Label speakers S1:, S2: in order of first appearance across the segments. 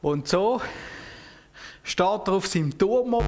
S1: Und so steht er auf seinem Turm oben.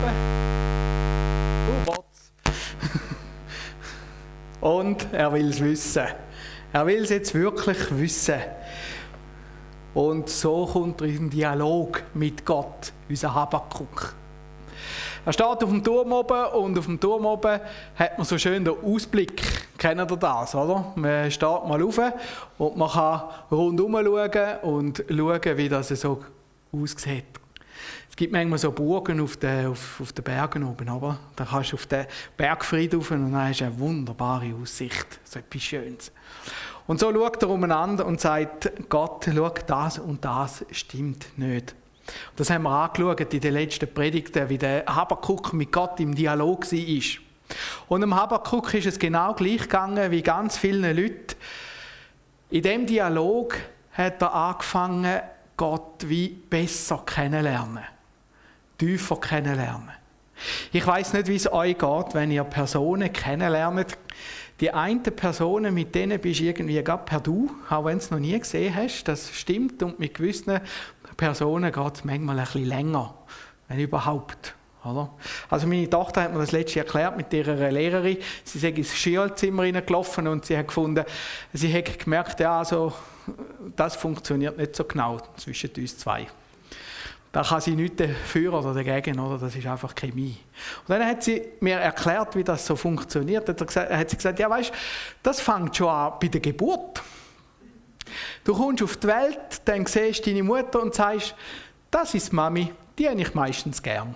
S1: Und er will es wissen. Er will es jetzt wirklich wissen. Und so kommt er in den Dialog mit Gott, unser Habakuk. Er steht auf dem Turm oben und auf dem Turm oben hat man so schön den Ausblick. Kennt ihr das, oder? Man steht mal rauf und man kann rundherum schauen und schauen, wie das so aussieht. Es gibt manchmal so Burgen auf den Bergen oben, aber da kannst du auf den Bergfried rauf und dann hast du eine wunderbare Aussicht, so etwas Schönes. Und so schaut er umeinander und sagt, Gott, schau, das und das stimmt nicht. Das haben wir angeschaut in den letzten Predigten, wie der Habakuk mit Gott im Dialog war. Und dem Habakuk ist es genau gleich gegangen wie ganz vielen Leuten. In diesem Dialog hat er angefangen, Gott wie besser kennenlernen, tiefer kennenlernen. Ich weiss nicht, wie es euch geht, wenn ihr Personen kennenlernt. Die einen Personen, mit denen bist du irgendwie gerade per Du, auch wenn du es noch nie gesehen hast, das stimmt. Und mit gewissen Personen geht es manchmal ein bisschen länger, wenn überhaupt. Oder? Also meine Tochter hat mir das letzte erklärt mit ihrer Lehrerin. Sie ist ins Schulzimmer hineingelaufen und sie hat gefunden, sie hat gemerkt, ja, also, das funktioniert nicht so genau zwischen uns zwei. Da kann sie nichts dafür oder dagegen, oder? Das ist einfach Chemie. Und dann hat sie mir erklärt, wie das so funktioniert. Hat sie gesagt, ja, weißt, das fängt schon an bei der Geburt. Du kommst auf die Welt, dann siehst du deine Mutter und sagst, das ist Mami, die habe ich meistens gern.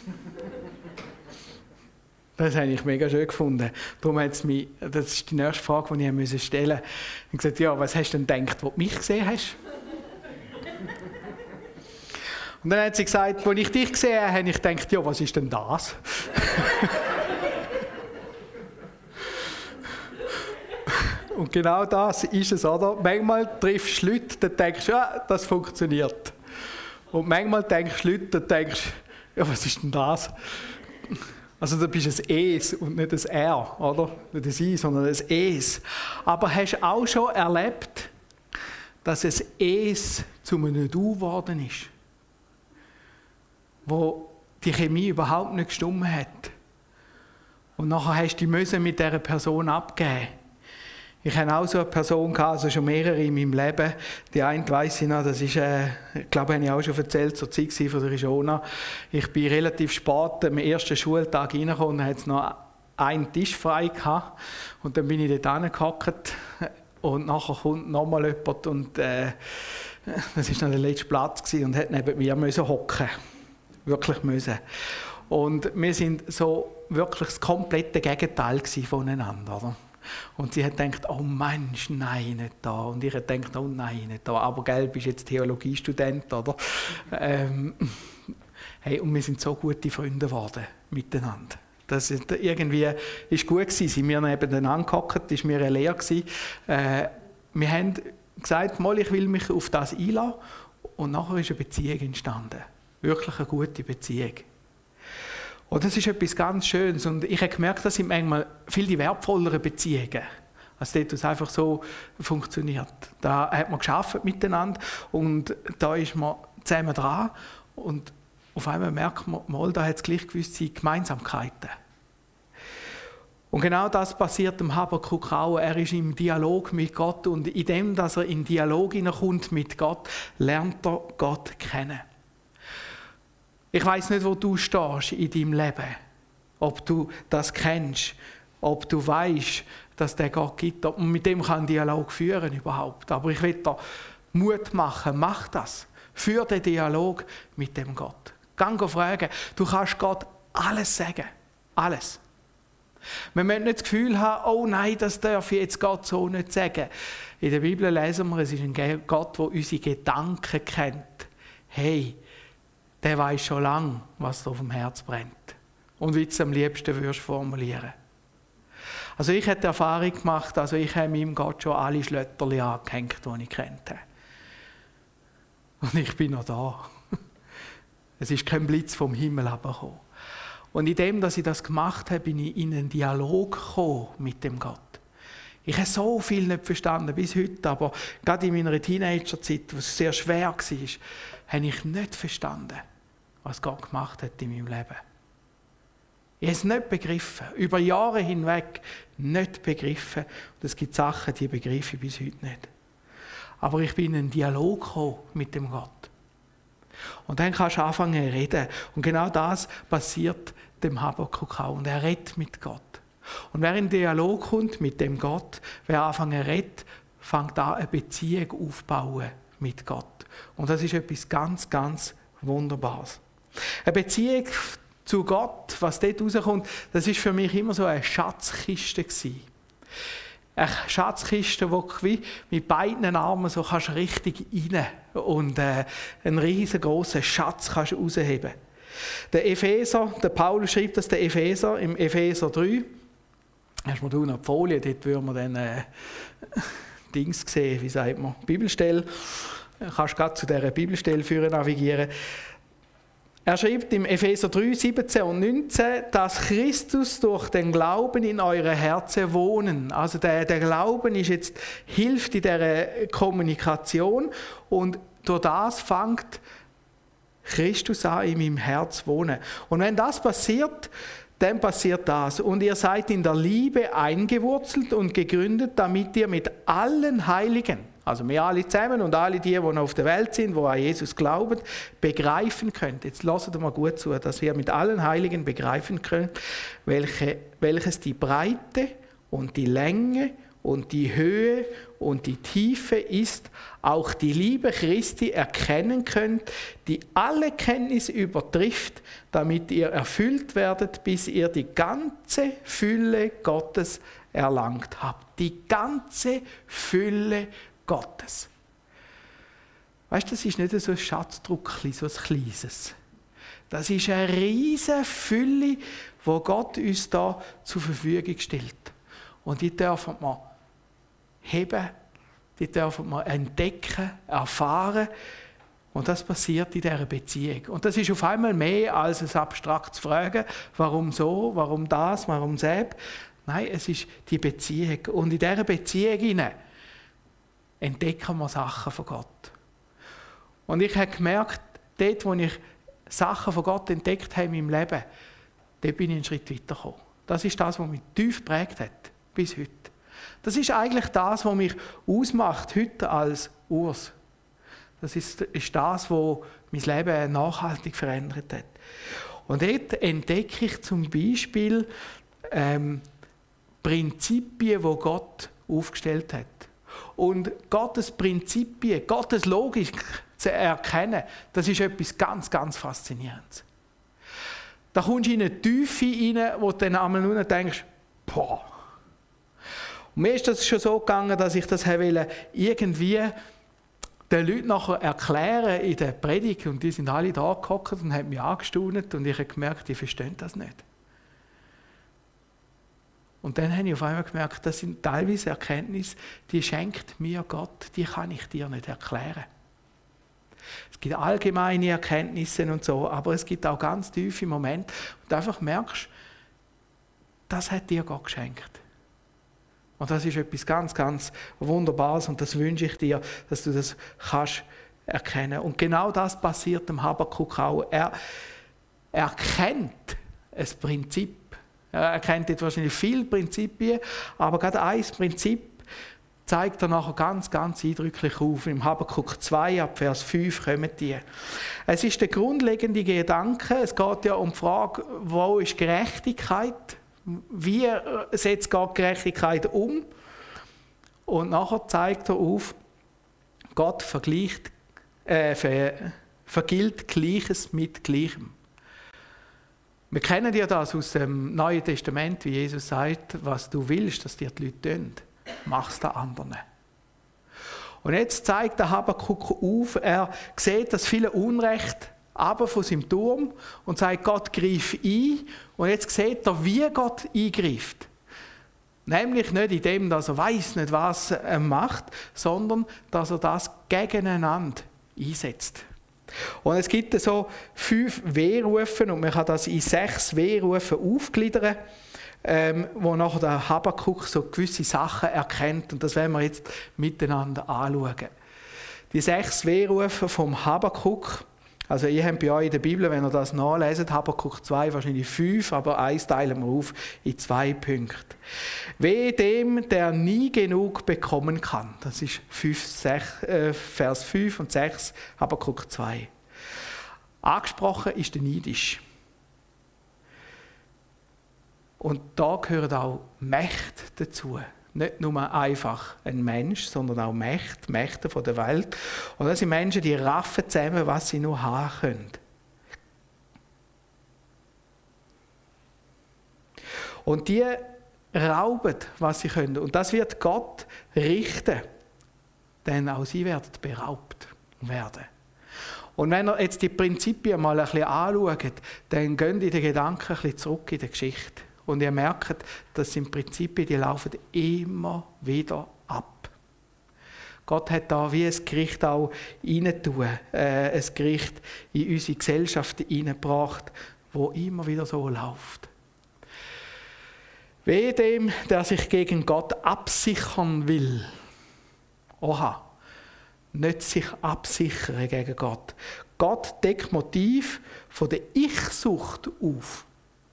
S1: Das habe ich mega schön gefunden. Darum hat es mich, das ist die nächste Frage, die ich stellen musste. Ich habe gesagt, ja, was hast du denn gedacht, wo du mich gesehen hast? Und dann hat sie gesagt, als ich dich gesehen habe, habe ich gedacht, ja, was ist denn das? Und genau das ist es, oder? Manchmal triffst du Leute, dann denkst du, ja, das funktioniert. Und manchmal denkst du Leute, dann denkst du, ja, was ist denn das? Also da bist du ein Es und nicht ein R, oder? Nicht ein I, sondern ein Es. Aber hast du auch schon erlebt, dass ein Es zu einem Du geworden ist? Wo die Chemie überhaupt nicht gestimmt hat. Und nachher hast du die mit dieser Person abgeben. Ich hatte auch so eine Person, also schon mehrere in meinem Leben. Die eine weiss ich noch, das ist, ich glaube, habe ich auch schon erzählt, zur Zeit von der Regiona. Ich bin relativ spät am ersten Schultag reingekommen und dann hat es noch einen Tisch frei gehabt. Und dann bin ich dort hingehockt und nachher kommt nochmal jemand und das war noch der letzte Platz gewesen, und hat neben mir hocken. Wirklich müssen. Und wir sind so wirklich das komplette Gegenteil voneinander. Oder? Und sie hat gedacht, oh Mensch, nein, nicht da. Und ich habe gedacht, oh nein, nicht da. Aber gell, bist jetzt Theologiestudent, oder? Hey, und wir sind so gute Freunde geworden miteinander. Das ist irgendwie ist gut gewesen. Sind wir nebeneinander gehockt, ist mir eine Lehre gewesen. Wir haben gesagt, mal, ich will mich auf das einlassen. Und nachher ist eine Beziehung entstanden. Wirklich eine gute Beziehung. Und das ist etwas ganz Schönes. Und ich habe gemerkt, das sind manchmal viel die wertvolleren Beziehungen, als dort, es einfach so funktioniert. Da hat man gearbeitet miteinander und da ist man zusammen dran. Und auf einmal merkt man, mal, da hat es gleich gewisse Gemeinsamkeiten. Und genau das passiert dem Habakuk auch. Er ist im Dialog mit Gott und in dem, dass er in Dialog hineinkommt mit Gott, lernt er Gott kennen. Ich weiss nicht, wo du stehst in deinem Leben. Ob du das kennst, ob du weißt, dass der Gott gibt, ob man mit dem einen Dialog führen überhaupt. Aber ich will dir Mut machen, mach das. Führ den Dialog mit dem Gott. Geh fragen, du kannst Gott alles sagen. Alles. Wir müssen nicht das Gefühl haben, oh nein, das darf ich jetzt Gott so nicht sagen. In der Bibel lesen wir, es ist ein Gott, der unsere Gedanken kennt. Hey, der weiß schon lange, was dir auf dem Herz brennt. Und wie du es am liebsten würdest formulieren. Also ich habe die Erfahrung gemacht, also ich habe meinem Gott schon alle Schlötterli angehängt, die ich kannte. Und ich bin noch da. Es ist kein Blitz vom Himmel herabgekommen. Und in dem, dass ich das gemacht habe, bin ich in einen Dialog gekommen mit dem Gott. Ich habe so viel nicht verstanden, bis heute, aber gerade in meiner Teenagerzeit, wo es sehr schwer war, habe ich nicht verstanden, was Gott gemacht hat in meinem Leben. Ich habe es nicht begriffen, über Jahre hinweg nicht begriffen. Und es gibt Sachen, die begreife ich bis heute nicht. Aber ich bin in einen Dialog gekommen mit dem Gott. Und dann kannst du anfangen zu reden. Und genau das passiert dem Habakuk auch. Und er redet mit Gott. Und wer in Dialog kommt mit dem Gott, wer anfängt zu reden, fängt an, eine Beziehung aufzubauen mit Gott. Und das ist etwas ganz, ganz Wunderbares. Eine Beziehung zu Gott, was dort rauskommt, das ist für mich immer so eine Schatzkiste gewesen. Eine Schatzkiste, wo du wie mit beiden Armen so kannst richtig rein und einen riesengroßen Schatz kannst rausheben. Der Paulus schreibt das der Epheser im Epheser 3. Hast du mir noch die Folie, dort würden wir dann Dings sehen, wie sagt man, Bibelstelle. Du kannst gerade zu dieser Bibelstelle führen navigieren. Er schreibt im Epheser 3, 17 und 19, dass Christus durch den Glauben in euren Herzen wohnen. Also der Glauben hilft in dieser Kommunikation und durch das fängt Christus an, in meinem Herz wohnen. Und wenn das passiert, dann passiert das. Und ihr seid in der Liebe eingewurzelt und gegründet, damit ihr mit allen Heiligen, also wir alle zusammen und alle die noch auf der Welt sind, die an Jesus glauben, begreifen könnt. Jetzt lasst mal gut zu, dass ihr mit allen Heiligen begreifen könnt, welches die Breite und die Länge und die Höhe und die Tiefe ist, auch die Liebe Christi erkennen könnt, die alle Kenntnis übertrifft, damit ihr erfüllt werdet, bis ihr die ganze Fülle Gottes erlangt habt. Die ganze Fülle Gottes. Weißt du, das ist nicht so ein Schatzdruckchen, so ein kleines. Das ist eine riesige Fülle, die Gott uns da zur Verfügung stellt. Und die dürfen wir heben, die dürfen wir entdecken, erfahren. Und das passiert in dieser Beziehung. Und das ist auf einmal mehr als ein abstraktes Fragen, warum so, warum das, warum so. Nein, es ist die Beziehung. Und in dieser Beziehung entdecken wir Sachen von Gott. Und ich habe gemerkt, dort, wo ich Sachen von Gott entdeckt habe in meinem Leben, dort bin ich einen Schritt weitergekommen. Das ist das, was mich tief geprägt hat, bis heute. Das ist eigentlich das, was mich ausmacht, heute als Urs. Das ist das, was mein Leben nachhaltig verändert hat. Und dort entdecke ich zum Beispiel Prinzipien, die Gott aufgestellt hat. Und Gottes Prinzipien, Gottes Logik zu erkennen, das ist etwas ganz, ganz Faszinierendes. Da kommst du in eine Tiefe rein, wo du dann einmal nur denkst, boah. Und mir ist das schon so gegangen, dass ich das irgendwie den Leuten nachher erklären in der Predigt. Und die sind alle da gehockt und haben mich angestaunt und ich habe gemerkt, die verstehen das nicht. Und dann habe ich auf einmal gemerkt, das sind teilweise Erkenntnisse, die schenkt mir Gott, die kann ich dir nicht erklären. Es gibt allgemeine Erkenntnisse und so, aber es gibt auch ganz tiefe Momente, wo du einfach merkst, das hat dir Gott geschenkt. Und das ist etwas ganz, ganz Wunderbares und das wünsche ich dir, dass du das kannst erkennen. Und genau das passiert dem Habakuk auch. Er erkennt ein Prinzip. Er kennt jetzt wahrscheinlich viele Prinzipien, aber gerade ein Prinzip zeigt er nachher ganz, ganz eindrücklich auf. Im Habakuk 2, ab Vers 5 kommen die. Es ist der grundlegende Gedanke, es geht ja um die Frage, wo ist Gerechtigkeit? Wie setzt Gott Gerechtigkeit um? Und nachher zeigt er auf, Gott vergilt Gleiches mit Gleichem. Wir kennen ja das aus dem Neuen Testament, wie Jesus sagt, was du willst, dass dir die Leute tun, mach es den anderen. Und jetzt zeigt der Habakuk auf, er sieht das viele Unrecht aber von seinem Turm und sagt, Gott greift ein. Und jetzt sieht er, wie Gott eingreift. Nämlich nicht in dem, dass er weiss nicht, was er macht, sondern dass er das gegeneinander einsetzt. Und es gibt so 5 Wehrufe und man kann das in 6 Wehrufe aufgliedern. wo nachher der Habakuk so gewisse Sachen erkennt. Und das werden wir jetzt miteinander anschauen. Die 6 Wehrufe vom Habakuk, also ihr habt bei euch in der Bibel, wenn ihr das nachlest, Habakuk 2 wahrscheinlich 5, aber eins teilen wir auf in 2 Punkte. Wehe dem, der nie genug bekommen kann. Das ist Vers 5 und 6, Habakuk 2. Angesprochen ist der Neidisch. Und da gehören auch Mächte dazu. Nicht nur einfach ein Mensch, sondern auch Mächte von der Welt. Und das sind Menschen, die raffen zusammen, was sie nur haben können. Und die rauben, was sie können. Und das wird Gott richten. Denn auch sie werden beraubt werden. Und wenn ihr jetzt die Prinzipien mal ein bisschen anschaut, dann geht in den Gedanken ein bisschen zurück in die Geschichte. Und ihr merkt, das sind Prinzipien, die laufen immer wieder ab. Gott hat da wie ein Gericht auch hineintun, ein Gericht in unsere Gesellschaft hineingebracht, wo immer wieder so läuft. Wehe dem, der sich gegen Gott absichern will. Oha, nicht sich absichern gegen Gott. Gott deckt Motiv von der Ich-Sucht auf.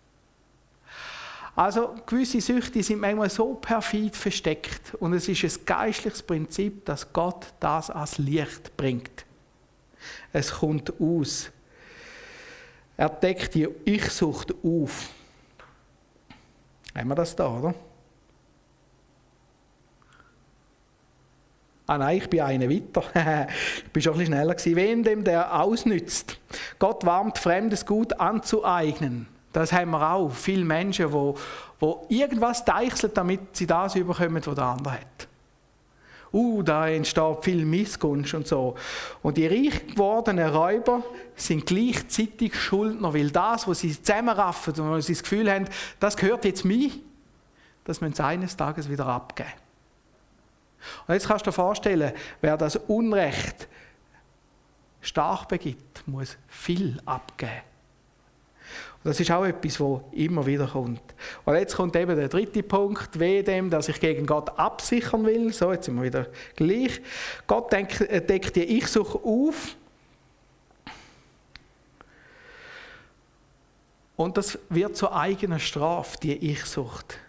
S1: Also gewisse Süchte sind manchmal so perfid versteckt und es ist ein geistliches Prinzip, dass Gott das als Licht bringt. Es kommt aus. Er deckt die Ich-Sucht auf. Haben wir das da, oder? Ah nein, ich bin einen weiter. Ich bin schon ein bisschen schneller gewesen. Wen dem der ausnützt. Gott warnt Fremdes gut anzueignen. Das haben wir auch. Viele Menschen, die irgendwas deichseln, damit sie das überkommen, was der andere hat. Da entsteht viel Missgunst und so. Und die reich gewordenen Räuber sind gleichzeitig Schuldner, weil das, was sie zusammenraffen und wo sie das Gefühl haben, das gehört jetzt mir, das müssen sie eines Tages wieder abgeben. Und jetzt kannst du dir vorstellen, wer das Unrecht stark begibt, muss viel abgeben. Und das ist auch etwas, was immer wieder kommt. Und jetzt kommt eben der 3. Punkt, wehe dem, der sich gegen Gott absichern will. So, jetzt sind wir wieder gleich. Gott deckt die Ich-Sucht auf. Und das wird zur eigenen Strafe, die Ich-Sucht.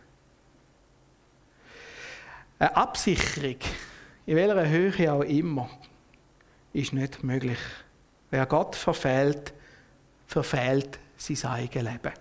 S1: Eine Absicherung, in welcher Höhe auch immer, ist nicht möglich. Wer Gott verfehlt, verfehlt sein eigenes Leben.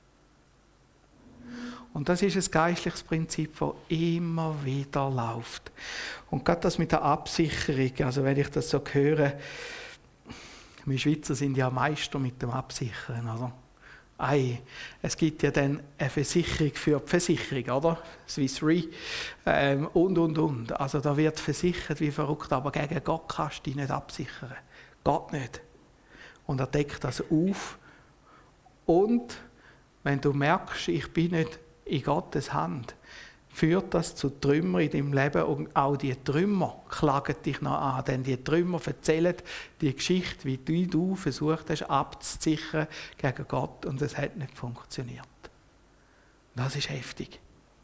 S1: Und das ist ein geistliches Prinzip, das immer wieder läuft. Und gerade das mit der Absicherung, also wenn ich das so höre, wir Schweizer sind ja Meister mit dem Absichern, oder? Es gibt ja dann eine Versicherung für die Versicherung, oder? Swiss Re und. Also da wird versichert wie verrückt, aber gegen Gott kannst du dich nicht absichern. Gott nicht. Und er deckt das auf. Und wenn du merkst, ich bin nicht in Gottes Hand, führt das zu Trümmern in deinem Leben und auch die Trümmer klagen dich noch an, denn die Trümmer erzählen die Geschichte, wie du versucht hast abzusichern gegen Gott und es hat nicht funktioniert. Das ist heftig.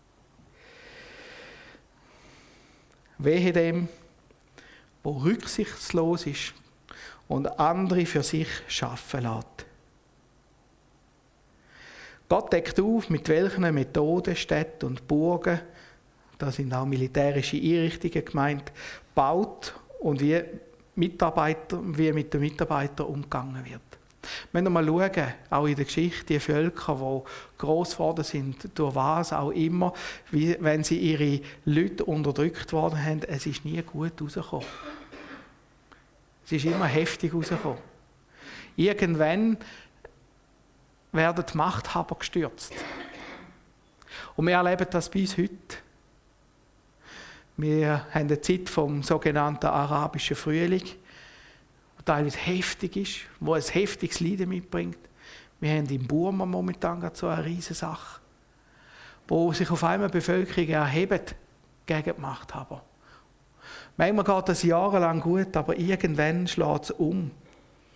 S1: Wehe dem, der rücksichtslos ist und andere für sich arbeiten lässt. Gott deckt auf, mit welchen Methoden Städte und Burgen, da sind auch militärische Einrichtungen gemeint, baut und wie mit den Mitarbeitern umgegangen wird. Wenn wir mal schauen, auch in der Geschichte, die Völker, die gross geworden sind, durch was auch immer, wenn sie ihre Leute unterdrückt worden haben, es ist nie gut rausgekommen. Es ist immer heftig rausgekommen. Irgendwann werden die Machthaber gestürzt. Und wir erleben das bis heute. Wir haben eine Zeit vom sogenannten arabischen Frühling, der teilweise heftig ist, wo ein heftiges Leiden mitbringt. Wir haben in Burma momentan so eine riesige Sache, wo sich auf einmal die Bevölkerung erhebt gegen die Machthaber. Manchmal geht das jahrelang gut, aber irgendwann schlägt es um.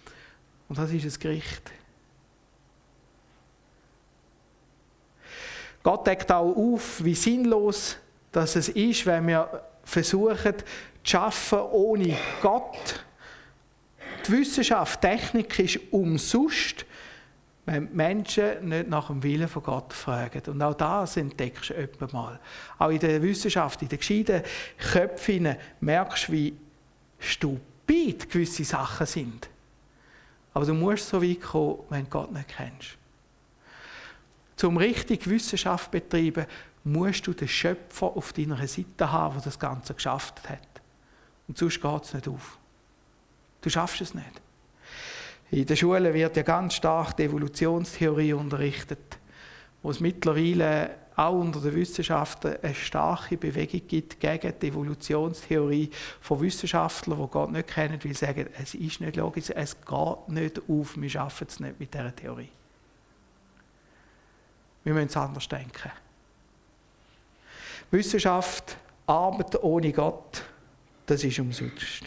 S1: Und das ist ein Gericht. Gott deckt auch auf, wie sinnlos das es ist, wenn wir versuchen, zu arbeiten ohne Gott. Die Wissenschaft, Technik ist umsonst, wenn die Menschen nicht nach dem Willen von Gott fragen. Und auch das entdeckst du etwa mal. Auch in der Wissenschaft, in den gescheiten Köpfen merkst du, wie stupid gewisse Sachen sind. Aber du musst so weit kommen, wenn du Gott nicht kennst. Zum richtig Wissenschaft zu betreiben, musst du den Schöpfer auf deiner Seite haben, der das Ganze geschafft hat. Und sonst geht es nicht auf. Du schaffst es nicht. In der Schule wird ja ganz stark die Evolutionstheorie unterrichtet, wo es mittlerweile auch unter den Wissenschaftlern eine starke Bewegung gibt gegen die Evolutionstheorie von Wissenschaftlern, die Gott nicht kennen, weil sie sagen, es ist nicht logisch, es geht nicht auf, wir schaffen es nicht mit dieser Theorie. Wir müssen es anders denken. Wissenschaft, Arbeit ohne Gott, das ist umsonst.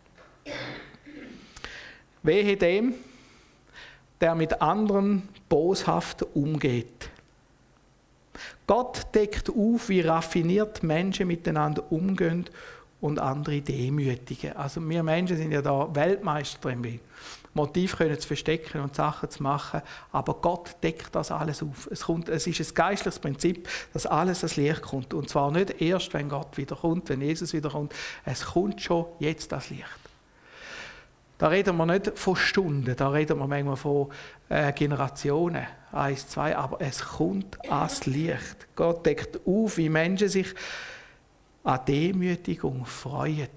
S1: Wehe dem, der mit anderen boshaft umgeht. Gott deckt auf, wie raffiniert Menschen miteinander umgehen und andere demütigen. Also wir Menschen sind ja da Weltmeister drin. Motiv können zu verstecken und Sachen zu machen, aber Gott deckt das alles auf. Es ist ein geistliches Prinzip, dass alles ans Licht kommt. Und zwar nicht erst, wenn Gott wiederkommt, wenn Jesus wiederkommt. Es kommt schon jetzt das Licht. Da reden wir nicht von Stunden, da reden wir manchmal von Generationen, 1, 2, aber es kommt ans Licht. Gott deckt auf, wie Menschen sich an Demütigung freuen.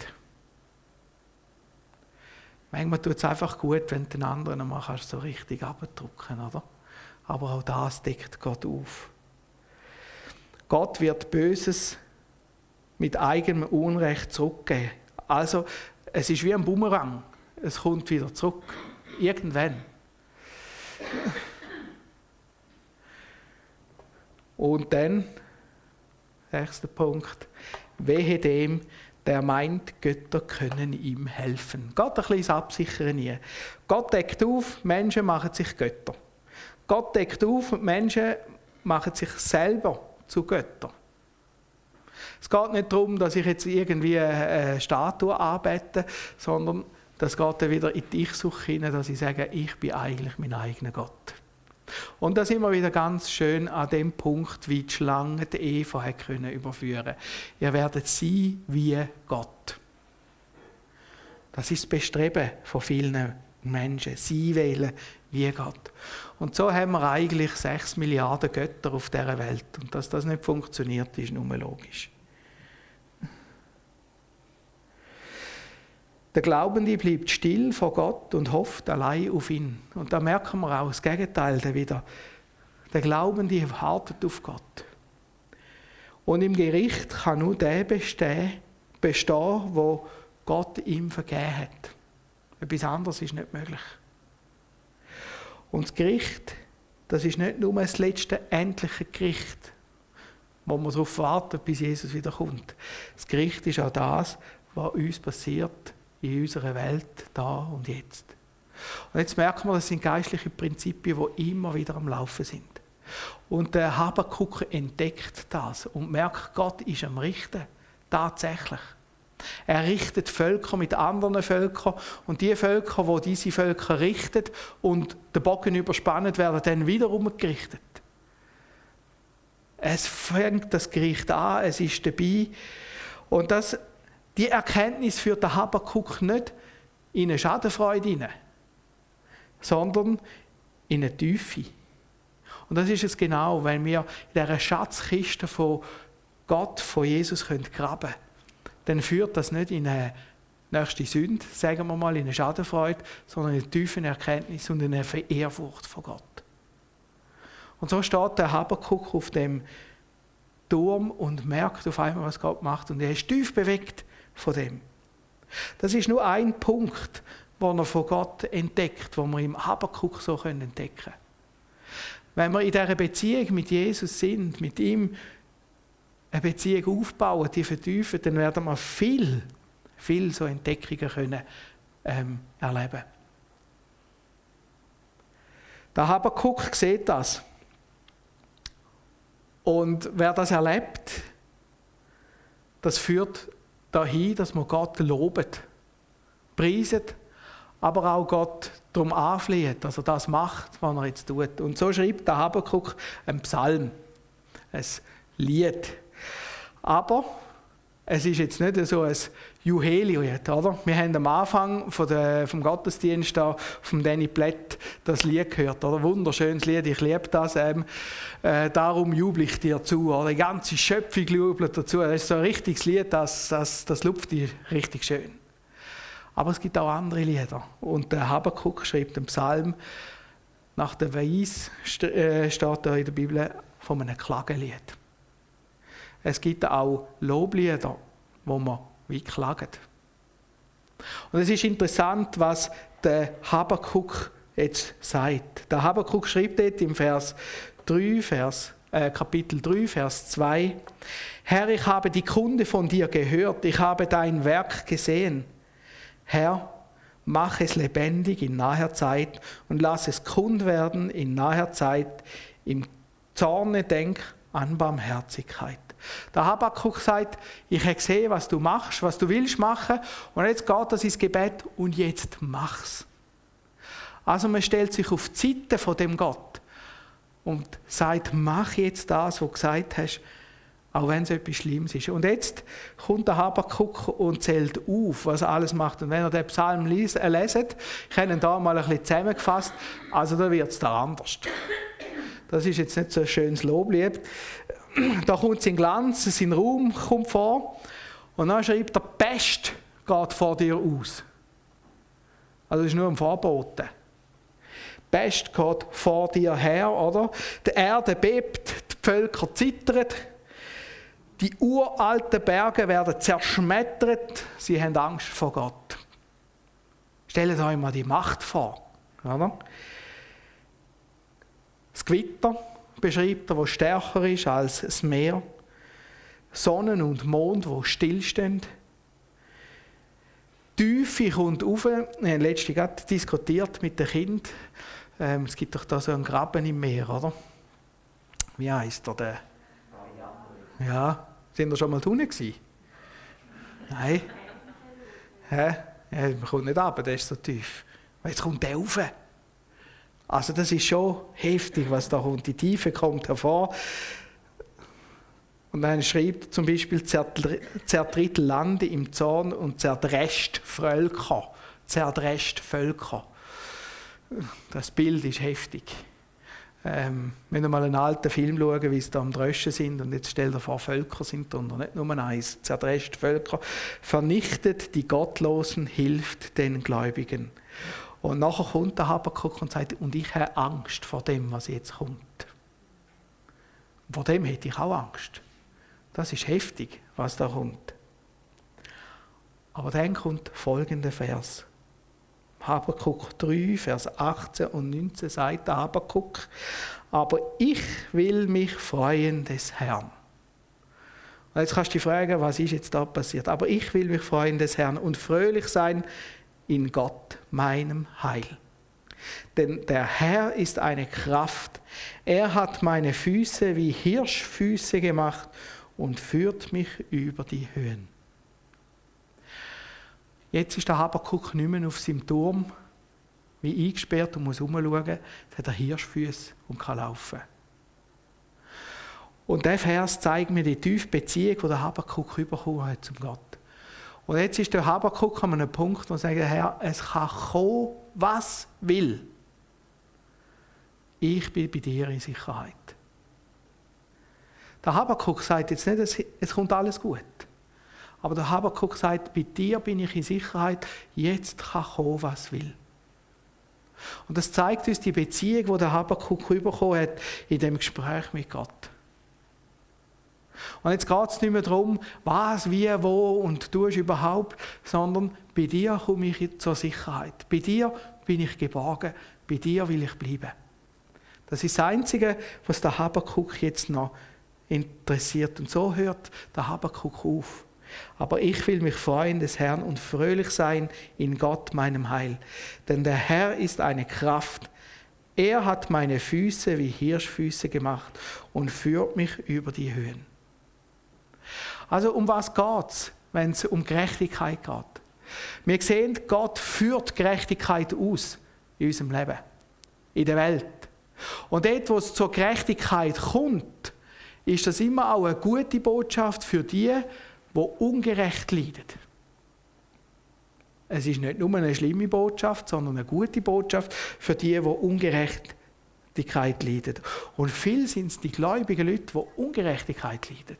S1: Manchmal tut es einfach gut, wenn du den anderen mal so richtig abdrücken, oder? Aber auch das deckt Gott auf. Gott wird Böses mit eigenem Unrecht zurückgeben. Also, es ist wie ein Bumerang. Es kommt wieder zurück. Irgendwann. Und dann, nächster Punkt, wehe dem, der meint, Götter können ihm helfen. Gott ein bisschen absichern nie. Gott deckt auf, Menschen machen sich Götter. Gott deckt auf, Menschen machen sich selber zu Göttern. Es geht nicht darum, dass ich jetzt irgendwie eine Statue anbete, sondern das geht dann wieder in die Ich-Suche hinein, dass ich sage, ich bin eigentlich mein eigener Gott. Und da sind wir wieder ganz schön an dem Punkt, wie die Schlange die Eva hat können überführen. Ihr werdet sein wie Gott. Das ist das Bestreben von vielen Menschen. Sie wählen wie Gott. Und so haben wir eigentlich 6 Milliarden Götter auf dieser Welt. Und dass das nicht funktioniert, ist nur logisch. Der Glaubende bleibt still vor Gott und hofft allein auf ihn. Und da merken wir auch das Gegenteil wieder. Der Glaubende wartet auf Gott. Und im Gericht kann nur der bestehen, wo Gott ihm vergeben hat. Etwas anderes ist nicht möglich. Und das Gericht, das ist nicht nur das letzte endliche Gericht, wo man darauf wartet, bis Jesus wiederkommt. Das Gericht ist auch das, was uns passiert in unserer Welt, da und jetzt. Und jetzt merken wir, das sind geistliche Prinzipien, die immer wieder am Laufen sind. Und der Habakuk entdeckt das und merkt, Gott ist am Richten. Tatsächlich. Er richtet Völker mit anderen Völkern und die Völker, die diese Völker richten und den Bogen überspannen, werden dann wiederum gerichtet. Es fängt das Gericht an, es ist dabei. Und die Erkenntnis führt der Habakuk nicht in eine Schadenfreude hinein, sondern in eine Tiefe. Und das ist es genau, wenn wir in dieser Schatzkiste von Gott, von Jesus graben können, dann führt das nicht in eine nächste Sünde, sagen wir mal, in eine Schadenfreude, sondern in eine tiefe Erkenntnis und in eine Verehrfurcht von Gott. Und so steht der Habakuk auf dem Turm und merkt auf einmal, was Gott macht. Und er ist tief bewegt von dem. Das ist nur ein Punkt, den er von Gott entdeckt, den wir im Habakuk so entdecken können. Wenn wir in dieser Beziehung mit Jesus sind, mit ihm eine Beziehung aufbauen, die vertiefen, dann werden wir viel so Entdeckungen können, erleben. Der Habakuk sieht das. Und wer das erlebt, das führt dahin, dass man Gott lobet, preiset, aber auch Gott darum anfleht, dass er das macht, was er jetzt tut. Und so schreibt der Habakuk einen Psalm, ein Lied. Aber es ist jetzt nicht so ein Juheli-Lied, oder? Wir haben am Anfang vom Gottesdienst da, vom Danny Plätt das Lied gehört, oder? Wunderschönes Lied, ich liebe das. Darum juble ich dir zu, oder? Die ganze Schöpfung jubelt dazu. Das ist so ein richtiges Lied, das lupft richtig schön. Aber es gibt auch andere Lieder. Und der Habakuk schreibt den Psalm, nach der Weise steht da in der Bibel von einem Klagelied. Es gibt auch Loblieder, wo man wie klagen. Und es ist interessant, was der Habakuk jetzt sagt. Der Habakuk schreibt dort im Kapitel 3, Vers 2: Herr, ich habe die Kunde von dir gehört, ich habe dein Werk gesehen. Herr, mach es lebendig in naher Zeit und lass es kund werden in naher Zeit. Im Zorne denk an Barmherzigkeit. Der Habakuk sagt, ich habe gesehen, was du machst, was du willst machen, und jetzt geht das ins Gebet und jetzt mach's. Also man stellt sich auf die Seite von dem Gott und sagt, mach jetzt das, was du gesagt hast, auch wenn es etwas Schlimmes ist. Und jetzt kommt der Habakuk und zählt auf, was er alles macht. Und wenn ihr den Psalm leset, ich habe ihn da mal ein bisschen zusammengefasst, also da wird es da anders. Das ist jetzt nicht so ein schönes Loblied. Da kommt sein Glanz, sein Ruhm kommt vor. Und dann schreibt er, Pest geht vor dir aus. Also das ist nur ein Vorbote. Pest geht vor dir her, oder? Die Erde bebt, die Völker zittern. Die uralten Berge werden zerschmettert. Sie haben Angst vor Gott. Stellt euch mal die Macht vor. Oder? Das Gewitter beschreibt er, das stärker ist als das Meer. Sonne und Mond, die stillstehen. Die Tiefe kommt rauf. Wir haben letztens gerade diskutiert mit den Kindern. Es gibt doch da so einen Graben im Meer, oder? Wie heisst der? Ja, sind ihr schon mal drinnen gewesen? Nein? Ja, man kommt nicht runter, der ist so tief. Jetzt kommt der rauf. Also das ist schon heftig, was da kommt. Die Tiefe kommt hervor. Und dann schreibt zum Beispiel, zertritt Lande im Zorn und zerdrescht Völker. Zerdrescht Völker. Das Bild ist heftig. Wenn wir mal einen alten Film schauen, wie sie da am Dreschen sind, und jetzt stellt ihr vor, Völker sind drunter, nicht nur eins, zerdrescht Völker, vernichtet die Gottlosen, hilft den Gläubigen. Und nachher kommt der Habakuk und sagt, und ich habe Angst vor dem, was jetzt kommt. Vor dem hätte ich auch Angst. Das ist heftig, was da kommt. Aber dann kommt folgender Vers. Habakuk 3, Vers 18 und 19 sagt der Habakuk, aber ich will mich freuen des Herrn. Und jetzt kannst du dich fragen, was ist jetzt da passiert? Aber ich will mich freuen des Herrn und fröhlich sein in Gott, meinem Heil. Denn der Herr ist eine Kraft. Er hat meine Füße wie Hirschfüße gemacht und führt mich über die Höhen. Jetzt ist der Habakuk nicht mehr auf seinem Turm, wie eingesperrt und muss herumschauen. Jetzt hat er Hirschfüße und kann laufen. Und dieser Vers zeigt mir die tiefe Beziehung, die der Habakuk bekommen hat zum Gott. Und jetzt ist der Habakuk an einem Punkt, wo er sagt, Herr, es kann kommen, was will. Ich bin bei dir in Sicherheit. Der Habakuk sagt jetzt nicht, es kommt alles gut. Aber der Habakuk sagt, bei dir bin ich in Sicherheit, jetzt kann kommen, was will. Und das zeigt uns die Beziehung, die der Habakuk bekommen hat in dem Gespräch mit Gott. Und jetzt geht es nicht mehr darum, was, wie, wo und tust überhaupt, sondern bei dir komme ich zur Sicherheit. Bei dir bin ich geborgen, bei dir will ich bleiben. Das ist das Einzige, was der Habakuk jetzt noch interessiert. Und so hört der Habakuk auf. Aber ich will mich freuen des Herrn und fröhlich sein in Gott, meinem Heil. Denn der Herr ist eine Kraft. Er hat meine Füße wie Hirschfüße gemacht und führt mich über die Höhen. Also um was geht es, wenn es um Gerechtigkeit geht? Wir sehen, Gott führt Gerechtigkeit aus in unserem Leben, in der Welt. Und dort, wo es zur Gerechtigkeit kommt, ist das immer auch eine gute Botschaft für die ungerecht leiden. Es ist nicht nur eine schlimme Botschaft, sondern eine gute Botschaft für die Ungerechtigkeit leiden. Und viel sind es die gläubigen Leute, die Ungerechtigkeit leiden.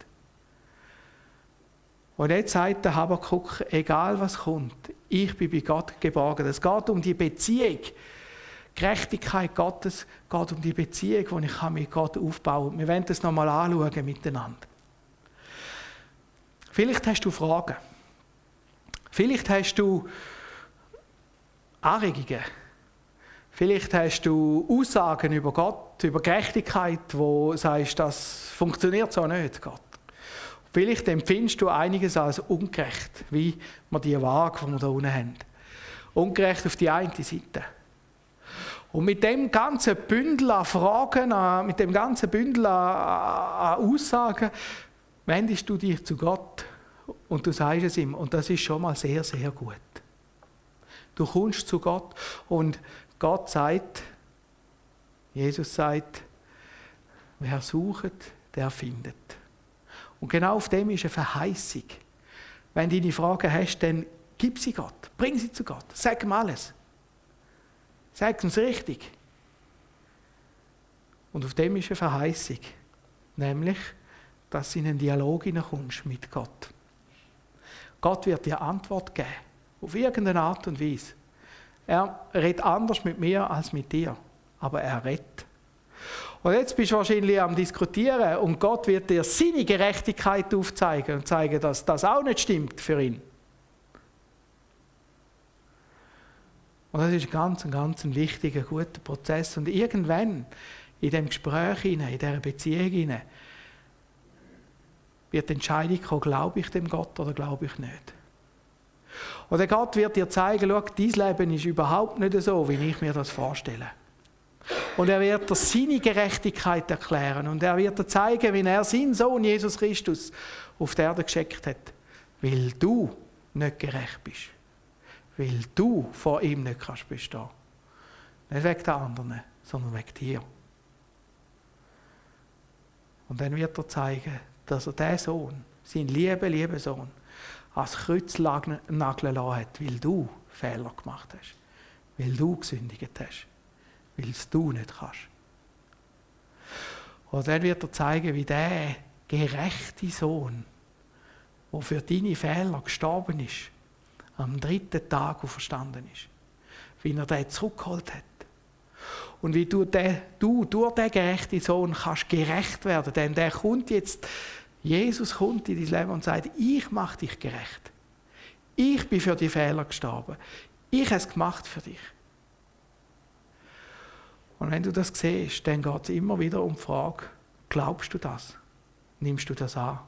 S1: Und jetzt sagt der Habakuk, egal was kommt, ich bin bei Gott geborgen. Es geht um die Beziehung. Gerechtigkeit Gottes geht um die Beziehung, die ich mit Gott aufbauen kann. Wir werden das nochmal anschauen miteinander. Vielleicht hast du Fragen. Vielleicht hast du Anregungen. Vielleicht hast du Aussagen über Gott, über Gerechtigkeit, wo du sagst, das funktioniert so nicht, Gott. Vielleicht empfindest du einiges als ungerecht, wie wir die Waage, die wir hier unten haben. Ungerecht auf die eine Seite. Und mit dem ganzen Bündel an Fragen, mit dem ganzen Bündel an Aussagen, wendest du dich zu Gott und du sagst es ihm. Und das ist schon mal sehr, sehr gut. Du kommst zu Gott und Gott sagt, Jesus sagt, wer sucht, der findet. Und genau auf dem ist eine Verheißung. Wenn du deine Fragen hast, dann gib sie Gott, bring sie zu Gott, sag ihm alles. Sag ihm es richtig. Und auf dem ist eine Verheißung. Nämlich, dass du in einen Dialog hineinkommst mit Gott. Gott wird dir Antwort geben. Auf irgendeine Art und Weise. Er redet anders mit mir als mit dir. Aber er redet. Und jetzt bist du wahrscheinlich am Diskutieren und Gott wird dir seine Gerechtigkeit aufzeigen und zeigen, dass das auch nicht stimmt für ihn. Und das ist ein ganz wichtiger, guter Prozess. Und irgendwann in dem Gespräch, in dieser Beziehung, wird die Entscheidung kommen, glaube ich dem Gott oder glaube ich nicht. Und der Gott wird dir zeigen, schau, dein Leben ist überhaupt nicht so, wie ich mir das vorstelle. Und er wird dir seine Gerechtigkeit erklären. Und er wird dir zeigen, wie er seinen Sohn Jesus Christus auf die Erde geschickt hat. Weil du nicht gerecht bist. Weil du vor ihm nicht kannst bestehen. Nicht wegen der anderen, sondern wegen dir. Und dann wird er zeigen, dass er diesen Sohn, seinen lieben Sohn, ans Kreuz nageln lassen hat, weil du Fehler gemacht hast. Weil du gesündigt hast. Weil es du nicht kannst. Und dann wird er zeigen, wie der gerechte Sohn, der für deine Fehler gestorben ist, am 3. Tag auferstanden ist. Wie er den zurückgeholt hat. Und wie du durch den gerechten Sohn kannst gerecht werden. Denn der kommt jetzt, Jesus kommt in dein Leben und sagt, ich mache dich gerecht. Ich bin für die Fehler gestorben. Ich habe es gemacht für dich. Und wenn du das siehst, dann geht es immer wieder um die Frage, glaubst du das? Nimmst du das an?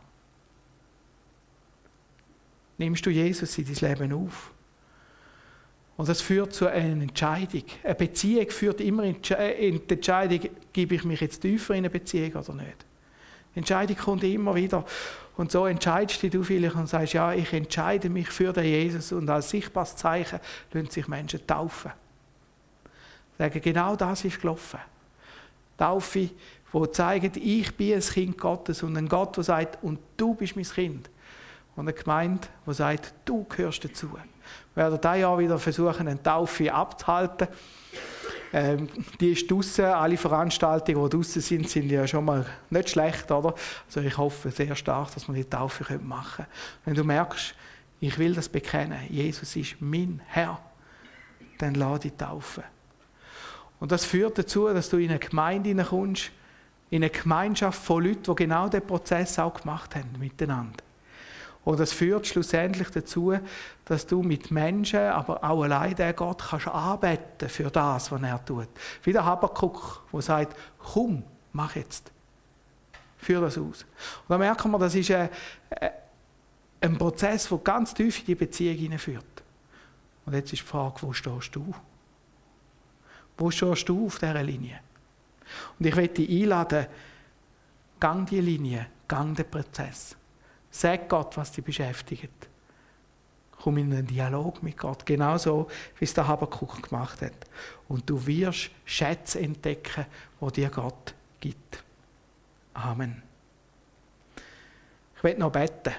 S1: Nimmst du Jesus in dein Leben auf? Und das führt zu einer Entscheidung. Eine Beziehung führt immer in die Entscheidung, gebe ich mich jetzt tiefer in eine Beziehung oder nicht. Die Entscheidung kommt immer wieder. Und so entscheidest du vielleicht und sagst, ja, ich entscheide mich für den Jesus. Und als sichtbares Zeichen lassen sich Menschen taufen. Sagen, genau das ist gelaufen. Taufe, die zeigt, ich bin ein Kind Gottes. Und ein Gott, der sagt, und du bist mein Kind. Und eine Gemeinde, die sagt, du gehörst dazu. Wir werden dieses Jahr wieder versuchen, eine Taufe abzuhalten. Die ist draussen. Alle Veranstaltungen, die draussen sind ja schon mal nicht schlecht, oder? Also ich hoffe sehr stark, dass wir die Taufe machen können. Wenn du merkst, ich will das bekennen, Jesus ist mein Herr, dann lass dich taufen. Und das führt dazu, dass du in eine Gemeinde hineinkommst, in eine Gemeinschaft von Leuten, die genau diesen Prozess auch gemacht haben, miteinander. Und das führt schlussendlich dazu, dass du mit Menschen, aber auch allein den Gott kannst anbeten für das, was er tut. Wie der Habakuk, der sagt, komm, mach jetzt. Führ das aus. Und dann merken wir, das ist ein Prozess, der ganz tief in die Beziehung hineinführt. Und jetzt ist die Frage, wo stehst du? Wo stehst du auf dieser Linie? Und ich möchte dich einladen, gang die Linie, gang den Prozess. Sag Gott, was dich beschäftigt. Komm in einen Dialog mit Gott, genauso wie es der Habakuk gemacht hat. Und du wirst Schätze entdecken, die dir Gott gibt. Amen. Ich möchte noch beten.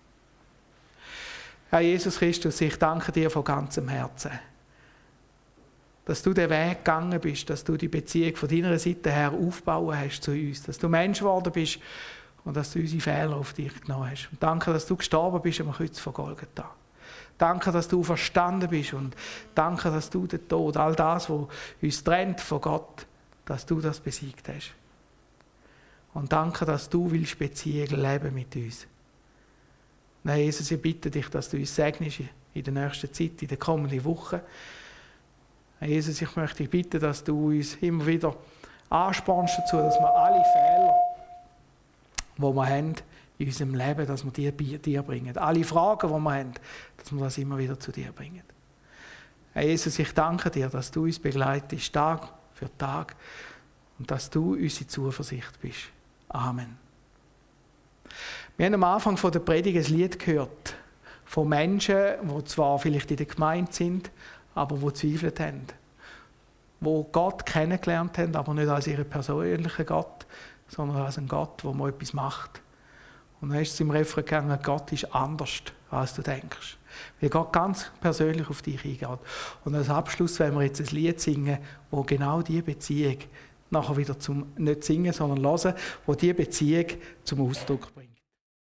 S1: Herr Jesus Christus, ich danke dir von ganzem Herzen, dass du den Weg gegangen bist, dass du die Beziehung von deiner Seite her aufbauen hast zu uns, dass du Mensch geworden bist und dass du unsere Fehler auf dich genommen hast. Und danke, dass du gestorben bist am Kreuz von Golgatha. Danke, dass du verstanden bist und danke, dass du den Tod, all das, was uns trennt von Gott, dass du das besiegt hast. Und danke, dass du willst Beziehung leben mit uns. Nein, Jesus, ich bitte dich, dass du uns segnest in der nächsten Zeit, in der kommenden Woche. Jesus, ich möchte dich bitten, dass du uns immer wieder anspornst dazu, dass wir alle Fehler, die wir haben in unserem Leben, dass wir die bei dir bringen. Alle Fragen, die wir haben, dass wir das immer wieder zu dir bringen. Jesus, ich danke dir, dass du uns begleitest, Tag für Tag, und dass du unsere Zuversicht bist. Amen. Wir haben am Anfang der Predigt ein Lied gehört von Menschen, die zwar vielleicht in der Gemeinde sind, aber die zweifelt haben. Die Gott kennengelernt haben, aber nicht als ihren persönlichen Gott, sondern als einen Gott, der mal etwas macht. Und dann ist es im Refrain gegangen, Gott ist anders, als du denkst. Weil Gott ganz persönlich auf dich eingeht. Und als Abschluss werden wir jetzt ein Lied singen, wo genau diese Beziehung nachher wieder zum nicht singen, sondern hören, wo diese Beziehung zum Ausdruck bringt.